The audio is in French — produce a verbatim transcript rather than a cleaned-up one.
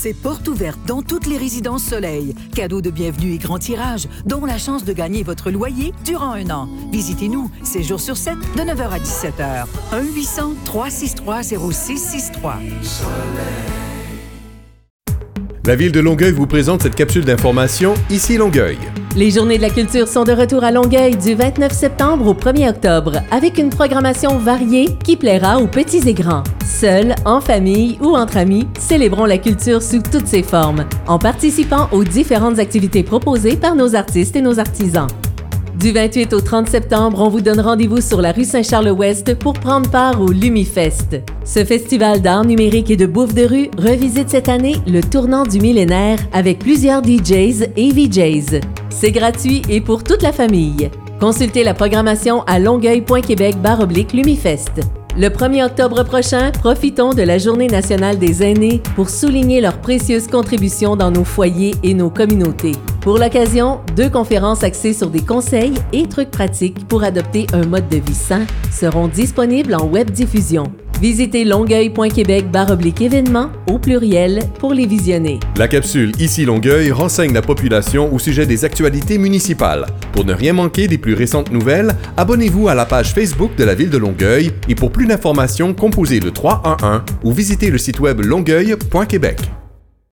c'est porte ouverte dans toutes les résidences Soleil. Cadeaux de bienvenue et grand tirage, dont la chance de gagner votre loyer durant un an. Visitez-nous, sept jours sur sept, de neuf heures à dix-sept heures. un huit cents, trois six trois, zéro six six trois. La Ville de Longueuil vous présente cette capsule d'information Ici Longueuil. Les Journées de la culture sont de retour à Longueuil du vingt-neuf septembre au premier octobre avec une programmation variée qui plaira aux petits et grands. Seuls, en famille ou entre amis, célébrons la culture sous toutes ses formes en participant aux différentes activités proposées par nos artistes et nos artisans. Du vingt-huit au trente septembre, on vous donne rendez-vous sur la rue Saint-Charles-Ouest pour prendre part au Lumifest. Ce festival d'art numérique et de bouffe de rue revisite cette année le tournant du millénaire avec plusieurs D Js et V Js. C'est gratuit et pour toute la famille. Consultez la programmation à longueuil point québec barre oblique Lumifest. Le premier octobre prochain, profitons de la Journée nationale des aînés pour souligner leur précieuse contribution dans nos foyers et nos communautés. Pour l'occasion, deux conférences axées sur des conseils et trucs pratiques pour adopter un mode de vie sain seront disponibles en web diffusion. Visitez longueuil point québec barre oblique événements au pluriel pour les visionner. La capsule Ici Longueuil renseigne la population au sujet des actualités municipales. Pour ne rien manquer des plus récentes nouvelles, abonnez-vous à la page Facebook de la Ville de Longueuil et pour plus d'informations, composez le trois un un ou visitez le site web longueuil point québec.